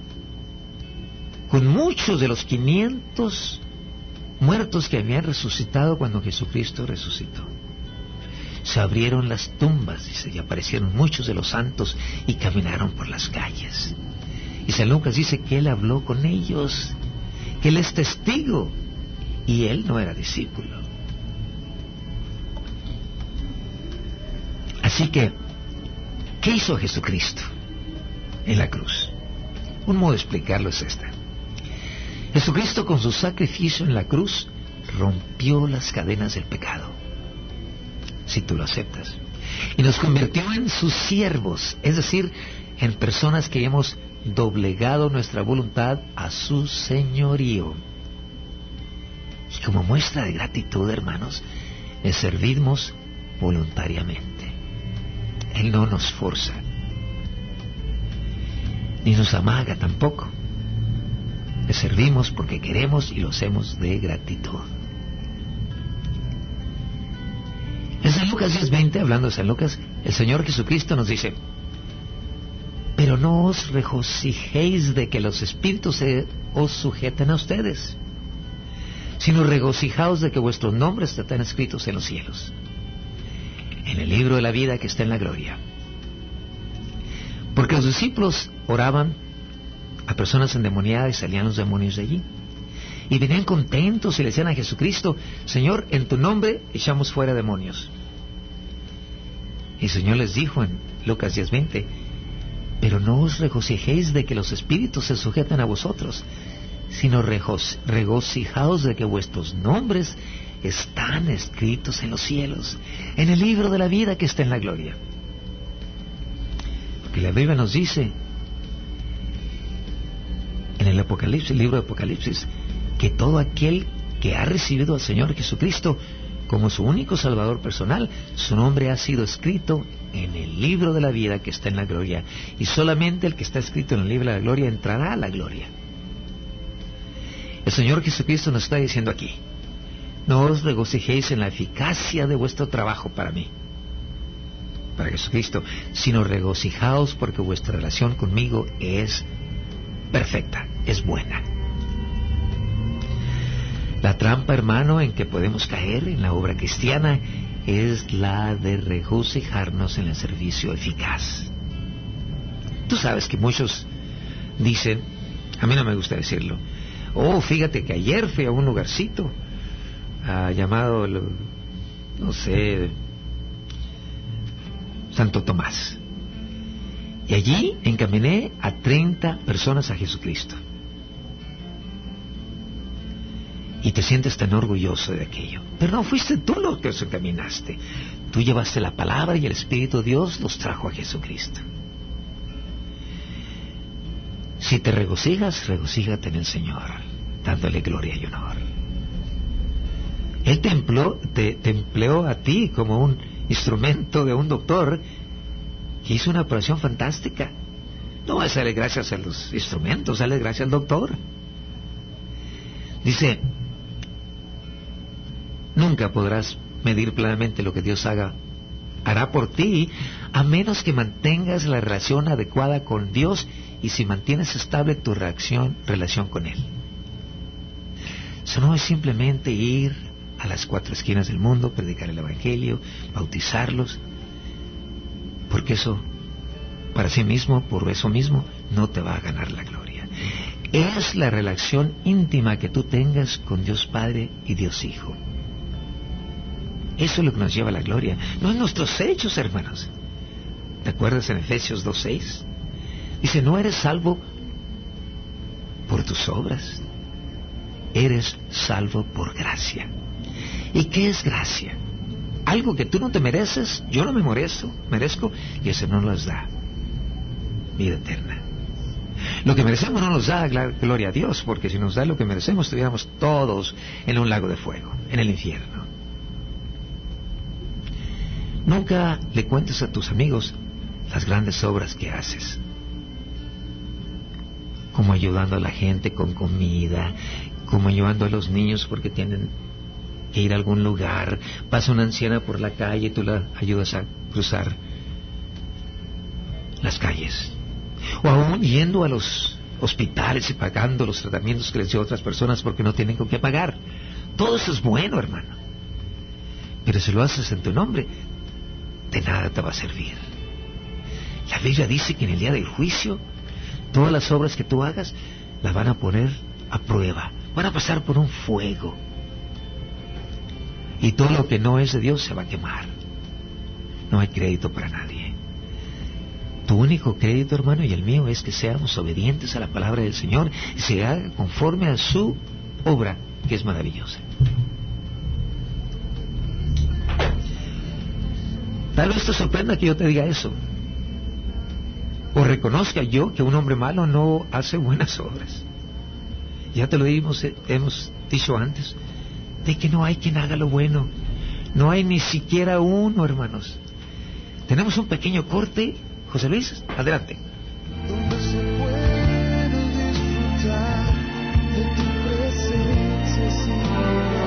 con muchos de los quinientos muertos que habían resucitado cuando Jesucristo resucitó. Se abrieron las tumbas, dice, y aparecieron muchos de los santos y caminaron por las calles. Y San Lucas dice que él habló con ellos, que él es testigo, y él no era discípulo. Así que, ¿qué hizo Jesucristo en la cruz? Un modo de explicarlo es este. Jesucristo, con su sacrificio en la cruz, rompió las cadenas del pecado, si tú lo aceptas, y nos convirtió en sus siervos, es decir, en personas que hemos doblegado nuestra voluntad a su señorío. Y como muestra de gratitud, hermanos, le servimos voluntariamente. Él no nos forza, ni nos amaga tampoco. Le servimos porque queremos y lo hacemos de gratitud. En San Lucas diez veinte, hablando de San Lucas, el Señor Jesucristo nos dice: pero no os regocijéis de que los espíritus se os sujeten a ustedes, sino regocijaos de que vuestros nombres están escritos en los cielos, en el libro de la vida que está en la gloria. Porque los discípulos oraban a personas endemoniadas y salían los demonios de allí. Y venían contentos y le decían a Jesucristo: Señor, en tu nombre echamos fuera demonios. Y el Señor les dijo en Lucas diez veinte: pero no os regocijéis de que los espíritus se sujetan a vosotros, sino regocijaos de que vuestros nombres están escritos en los cielos, en el libro de la vida que está en la gloria. Porque la Biblia nos dice en el Apocalipsis, el libro de Apocalipsis, que todo aquel que ha recibido al Señor Jesucristo como su único Salvador personal, su nombre ha sido escrito en el libro de la vida que está en la gloria, y solamente el que está escrito en el libro de la gloria entrará a la gloria. El Señor Jesucristo nos está diciendo aquí: no os regocijéis en la eficacia de vuestro trabajo para mí, para Jesucristo, sino regocijaos porque vuestra relación conmigo es perfecta, es buena. La trampa, hermano, en que podemos caer en la obra cristiana es la de regocijarnos en el servicio eficaz. Tú sabes que muchos dicen, a mí no me gusta decirlo: oh, fíjate que ayer fui a un lugarcito ah, llamado, no sé, Santo Tomás, y allí encaminé a treinta personas a Jesucristo. Y te sientes tan orgulloso de aquello. Pero no fuiste tú lo que los encaminaste. Tú llevaste la palabra y el Espíritu de Dios los trajo a Jesucristo. Si te regocijas, regocíjate en el Señor, dándole gloria y honor. Él te empleó, te, te empleó a ti como un instrumento de un doctor que hizo una operación fantástica. No vas a darle gracias a los instrumentos, dale gracias al doctor. Dice: nunca podrás medir plenamente lo que Dios haga, hará por ti, a menos que mantengas la relación adecuada con Dios y si mantienes estable tu reacción, relación con Él. Eso no es simplemente ir a las cuatro esquinas del mundo, predicar el Evangelio, bautizarlos, porque eso, para sí mismo, por eso mismo, no te va a ganar la gloria. Es la relación íntima que tú tengas con Dios Padre y Dios Hijo. Eso es lo que nos lleva a la gloria. No es nuestros hechos, hermanos. ¿Te acuerdas en Efesios dos seis? Dice, no eres salvo por tus obras. Eres salvo por gracia. ¿Y qué es gracia? Algo que tú no te mereces, yo no me merezco, merezco y ese no nos da vida eterna. Lo que merecemos no nos da gloria a Dios, porque si nos da lo que merecemos, estuviéramos todos en un lago de fuego, en el infierno. Nunca le cuentes a tus amigos las grandes obras que haces, como ayudando a la gente con comida, como ayudando a los niños porque tienen que ir a algún lugar. Pasa una anciana por la calle y tú la ayudas a cruzar las calles, o aún yendo a los hospitales y pagando los tratamientos que les dio a otras personas porque no tienen con qué pagar. Todo eso es bueno, hermano, pero si lo haces en tu nombre, de nada te va a servir. La Biblia dice que en el día del juicio todas las obras que tú hagas las van a poner a prueba, van a pasar por un fuego, y todo lo que no es de Dios se va a quemar. No hay crédito para nadie. Tu único crédito, hermano, y el mío, es que seamos obedientes a la palabra del Señor y se haga conforme a su obra, que es maravillosa. Tal vez te sorprenda que yo te diga eso, o reconozca yo que un hombre malo no hace buenas obras. Ya te lo hemos, hemos dicho antes, de que no hay quien haga lo bueno. No hay ni siquiera uno, hermanos. Tenemos un pequeño corte. José Luis, adelante. Donde se puede disfrutar de tu presencia, Señor.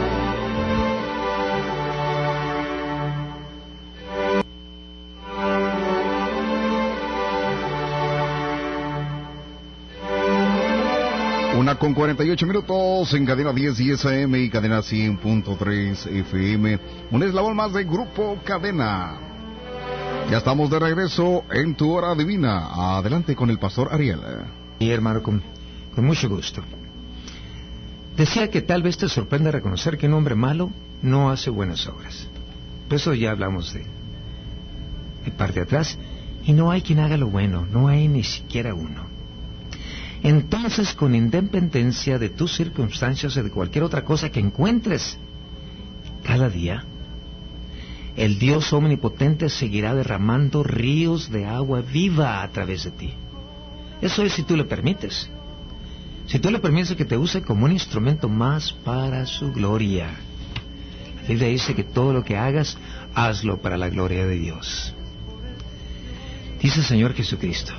Una con cuarenta y ocho minutos en cadena diez diez A M y cadena cien punto tres F M. Un eslabón más de Grupo Cadena. Ya estamos de regreso en tu hora divina. Adelante con el pastor Ariel. Y hermano, con, con mucho gusto. Decía que tal vez te sorprenda reconocer que un hombre malo no hace buenas obras. Por eso ya hablamos de, de parte de atrás. Y no hay quien haga lo bueno, no hay ni siquiera uno. Entonces, con independencia de tus circunstancias o de cualquier otra cosa que encuentres, cada día, el Dios omnipotente seguirá derramando ríos de agua viva a través de ti. Eso es si tú le permites. Si tú le permites que te use como un instrumento más para su gloria. La Biblia dice que todo lo que hagas, hazlo para la gloria de Dios. Dice el Señor Jesucristo,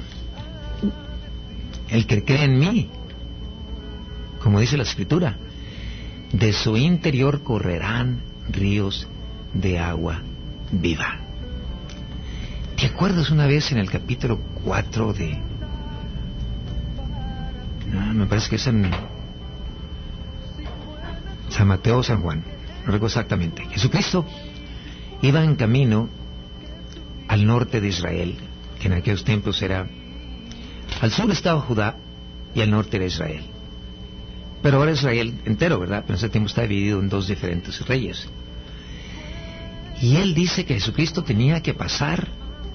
el que cree en mí, como dice la Escritura, de su interior correrán ríos de agua viva. ¿Te acuerdas una vez en el capítulo cuatro de... No, me parece que es en San Mateo o San Juan, no recuerdo exactamente. Jesucristo iba en camino al norte de Israel, que en aquellos tiempos era... Al sur estaba Judá y al norte era Israel. Pero ahora Israel entero, ¿verdad? Pero en ese tiempo está dividido en dos diferentes reyes. Y él dice que Jesucristo tenía que pasar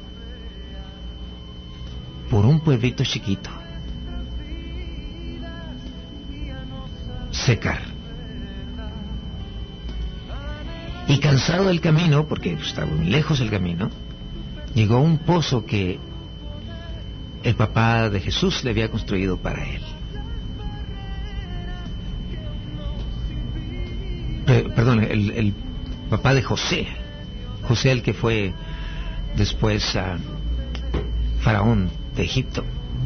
por un pueblito chiquito, Secar. Y cansado del camino, porque estaba muy lejos el camino, llegó a un pozo que el papá de Jesús le había construido para él. P- perdón, el, el papá de José. José, el que fue después uh, faraón de Egipto.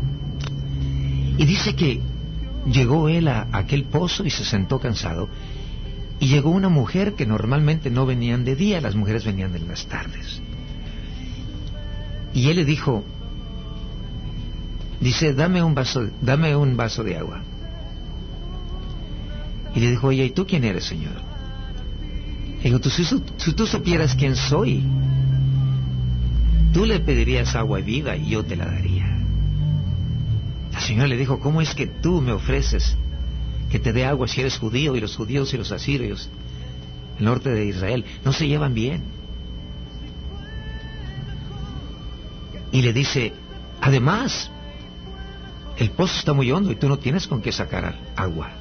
Y dice que llegó él a, a aquel pozo y se sentó cansado. Y llegó una mujer que normalmente no venían de día, las mujeres venían en las tardes. Y él le dijo, dice, dame un vaso, dame un vaso de agua. Y le dijo, oye, ¿y tú quién eres, Señor? Le dijo, si, si tú supieras quién soy, tú le pedirías agua viva y yo te la daría. El Señor le dijo, ¿cómo es que tú me ofreces que te dé agua si eres judío, y los judíos y los asirios, el norte de Israel, no se llevan bien? Y le dice, además, el pozo está muy hondo y tú no tienes con qué sacar agua.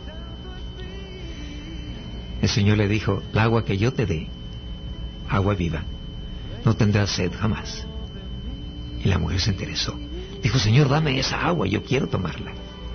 El Señor le dijo, el agua que yo te dé, agua viva, no tendrás sed jamás. Y la mujer se interesó. Dijo, Señor, dame esa agua, yo quiero tomarla.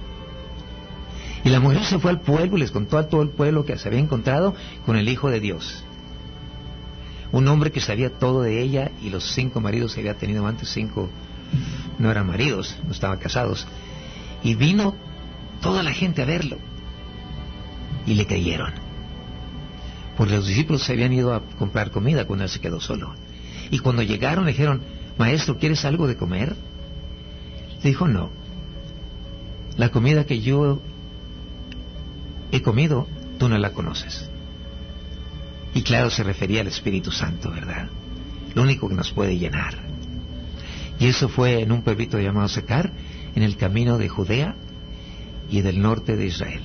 Y la mujer se fue al pueblo y les contó a todo el pueblo que se había encontrado con el Hijo de Dios. Un hombre que sabía todo de ella, y los cinco maridos que había tenido antes, cinco no eran maridos, no estaban casados. Y vino toda la gente a verlo. Y le creyeron. Porque los discípulos se habían ido a comprar comida cuando él se quedó solo. Y cuando llegaron le dijeron, Maestro, ¿quieres algo de comer? Le dijo, no. La comida que yo he comido, tú no la conoces. Y claro, se refería al Espíritu Santo, ¿verdad? Lo único que nos puede llenar. Y eso fue en un pueblito llamado Secar, en el camino de Judea y del norte de Israel.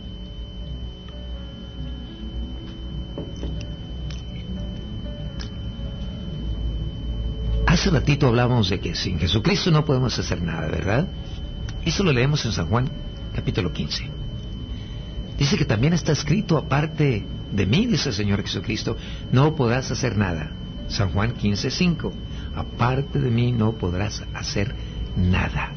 Hace ratito hablamos de que sin Jesucristo no podemos hacer nada, ¿verdad? Eso lo leemos en San Juan, capítulo quince. Dice que también está escrito, aparte de mí, dice el Señor Jesucristo, no podrás hacer nada. San Juan quince, cinco. Aparte de mí no podrás hacer nada.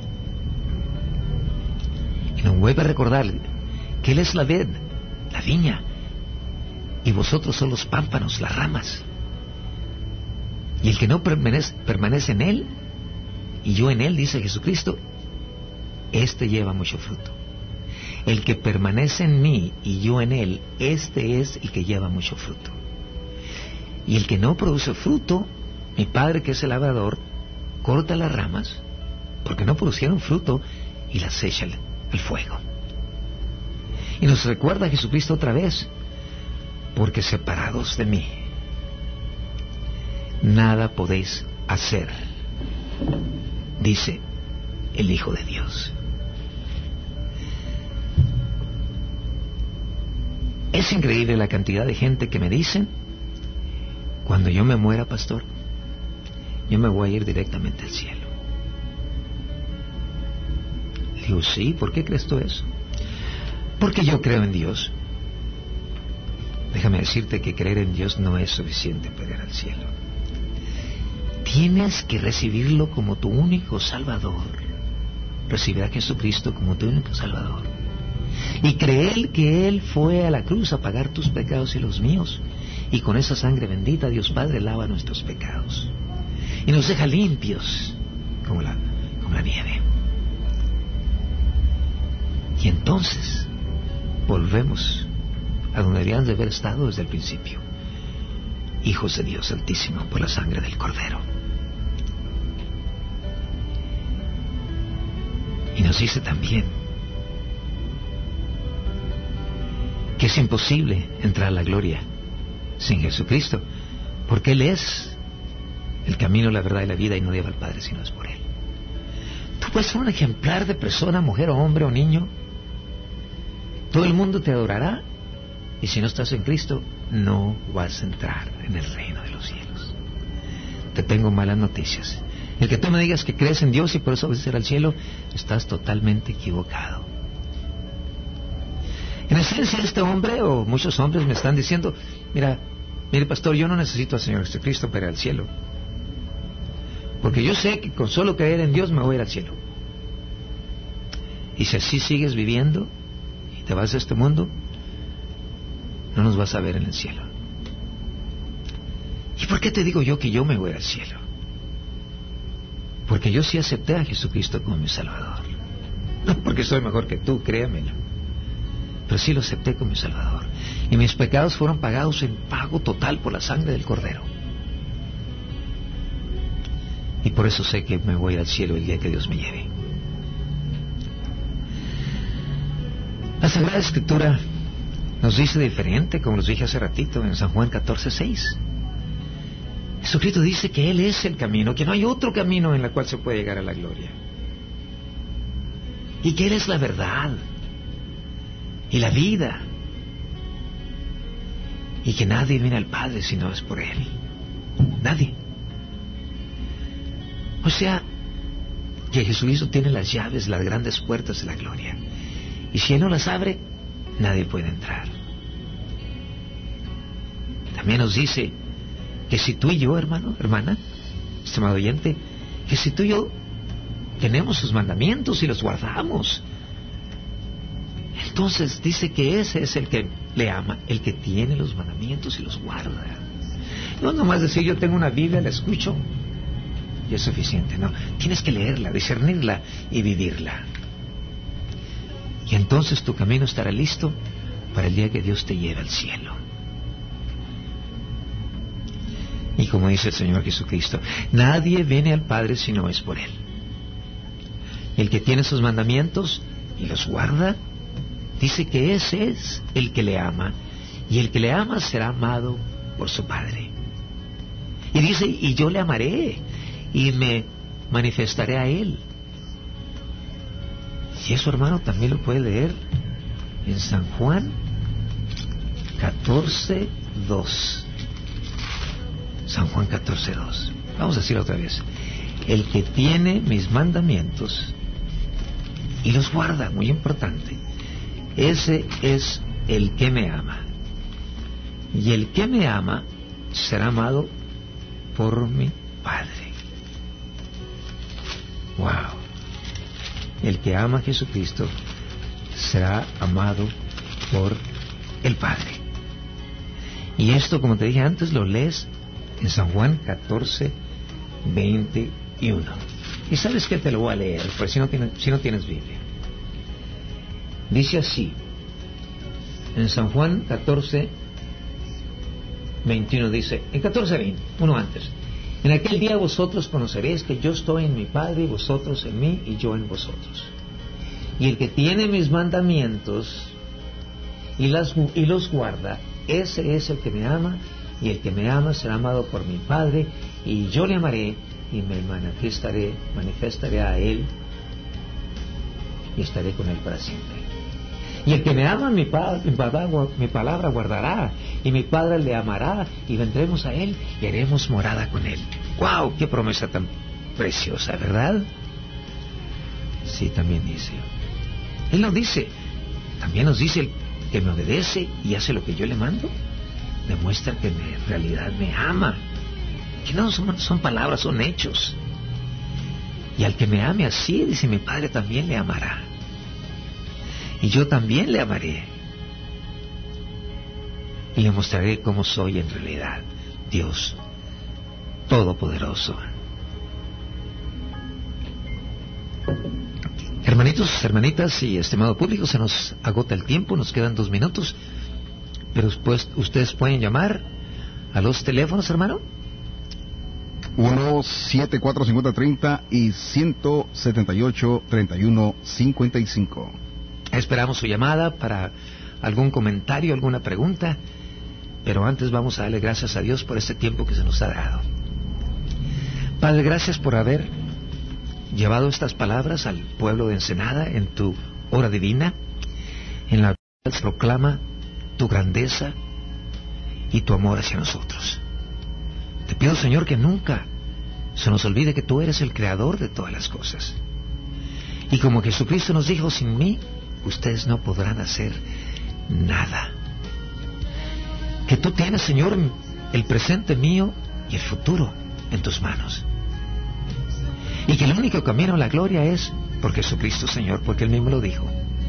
Y nos vuelve a recordar que Él es la vid, la viña, y vosotros son los pámpanos, las ramas. Y el que no permanece, permanece en Él, y yo en Él, dice Jesucristo, éste lleva mucho fruto. El que permanece en mí y yo en Él, este es el que lleva mucho fruto. Y el que no produce fruto, mi Padre que es el labrador, corta las ramas, porque no producieron fruto, y las echa al, al fuego. Y nos recuerda Jesucristo otra vez, porque separados de mí, nada podéis hacer, dice el Hijo de Dios. Es increíble la cantidad de gente que me dicen, cuando yo me muera, pastor, yo me voy a ir directamente al cielo. Le digo, sí, ¿por qué crees tú eso? Porque yo creo en Dios. Déjame decirte que creer en Dios no es suficiente para ir al cielo. Tienes que recibirlo como tu único Salvador. Recibir a Jesucristo como tu único Salvador. Y creer que Él fue a la cruz a pagar tus pecados y los míos. Y con esa sangre bendita Dios Padre lava nuestros pecados. Y nos deja limpios como la, como la nieve. Y entonces volvemos a donde deberían de haber estado desde el principio. Hijos de Dios Santísimo por la sangre del Cordero. Y nos dice también que es imposible entrar a la gloria sin Jesucristo, porque Él es el camino, la verdad y la vida, y no lleva al Padre si no es por Él. Tú puedes ser un ejemplar de persona, mujer o hombre o niño. Todo el mundo te adorará, y si no estás en Cristo, no vas a entrar en el reino de los cielos. Te tengo malas noticias. El que tú me digas que crees en Dios y por eso vas a ir al cielo, estás totalmente equivocado. En esencia, este hombre o muchos hombres me están diciendo, mira, mire pastor, yo no necesito al Señor Jesucristo para ir al cielo, porque yo sé que con solo creer en Dios me voy a ir al cielo. Y si así sigues viviendo y te vas de este mundo, no nos vas a ver en el cielo. ¿Y por qué te digo yo que yo me voy al cielo? Porque yo sí acepté a Jesucristo como mi Salvador. No porque soy mejor que tú, créamelo, pero sí lo acepté como mi Salvador. Y mis pecados fueron pagados en pago total por la sangre del Cordero. Y por eso sé que me voy al cielo el día que Dios me lleve. La Sagrada Escritura nos dice diferente, como los dije hace ratito en San Juan catorce seis. Jesucristo dice que Él es el camino, que no hay otro camino en el cual se puede llegar a la gloria. Y que Él es la verdad y la vida. Y que nadie viene al Padre si no es por Él. Nadie. O sea, que Jesucristo tiene las llaves, las grandes puertas de la gloria. Y si Él no las abre, nadie puede entrar. También nos dice que si tú y yo, hermano, hermana, estimado oyente, que si tú y yo tenemos sus mandamientos y los guardamos, entonces dice que ese es el que le ama, el que tiene los mandamientos y los guarda. No nomás decir yo tengo una Biblia, la escucho y es suficiente. No, tienes que leerla, discernirla y vivirla. Y entonces tu camino estará listo para el día que Dios te lleve al cielo. Y como dice el Señor Jesucristo, nadie viene al Padre si no es por Él. El que tiene sus mandamientos y los guarda, dice que ese es el que le ama, y el que le ama será amado por su Padre. Y dice, y yo le amaré, y me manifestaré a Él. Y eso, hermano, también lo puede leer en San Juan catorce dos. San Juan catorce dos. Vamos a decirlo otra vez. El que tiene mis mandamientos y los guarda, muy importante, ese es el que me ama. Y el que me ama será amado por mi Padre. Wow. El que ama a Jesucristo será amado por el Padre. Y esto, como te dije antes, lo lees en San Juan catorce veintiuno. Y sabes que te lo voy a leer, pues si no tienes, si no tienes Biblia. Dice así, en San Juan catorce veintiuno dice, en catorce veinte, uno antes, en aquel día vosotros conoceréis que yo estoy en mi Padre y vosotros en mí y yo en vosotros. Y el que tiene mis mandamientos y, las, y los guarda, ese es el que me ama, y el que me ama será amado por mi Padre, y yo le amaré y me manifestaré, manifestaré a Él y estaré con Él para siempre. Y el que me ama, mi, pa, mi, palabra, mi palabra guardará, y mi Padre le amará, y vendremos a Él y haremos morada con Él. ¡Wow! ¡Qué promesa tan preciosa!, ¿verdad? Sí, también dice. Él nos dice, también nos dice, el que me obedece y hace lo que yo le mando, demuestra que me, en realidad me ama. Que no son, son palabras, son hechos. Y al que me ame así, dice, mi Padre también le amará. Y yo también le amaré. Y le mostraré cómo soy en realidad, Dios Todopoderoso. Hermanitos, hermanitas y estimado público, se nos agota el tiempo, nos quedan dos minutos. Pero después ustedes pueden llamar a los teléfonos, hermano. uno siete cuatro cinco cero tres cero y ciento setenta y ocho treinta y uno cincuenta y cinco. Esperamos su llamada para algún comentario, alguna pregunta, pero antes vamos a darle gracias a Dios por este tiempo que se nos ha dado. Padre, gracias por haber llevado estas palabras al pueblo de Ensenada en tu hora divina, en la cual se proclama tu grandeza y tu amor hacia nosotros. Te pido, Señor, que nunca se nos olvide que tú eres el creador de todas las cosas. Y como Jesucristo nos dijo, sin mí ustedes no podrán hacer nada. Que tú tienes, Señor, el presente mío y el futuro en tus manos. Y que el único camino a la gloria es por Jesucristo, Señor, porque Él mismo lo dijo.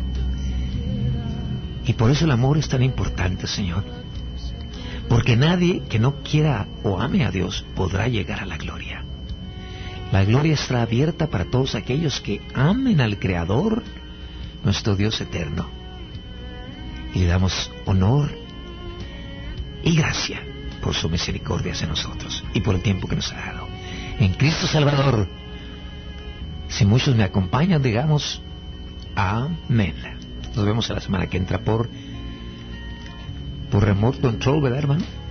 Y por eso el amor es tan importante, Señor. Porque nadie que no quiera o ame a Dios podrá llegar a la gloria. La gloria estará abierta para todos aquellos que amen al Creador, nuestro Dios eterno. Y le damos honor y gracia por su misericordia hacia nosotros y por el tiempo que nos ha dado. En Cristo Salvador, si muchos me acompañan, digamos amén. Nos vemos a la semana que entra por por Remote Control, ¿verdad, hermano?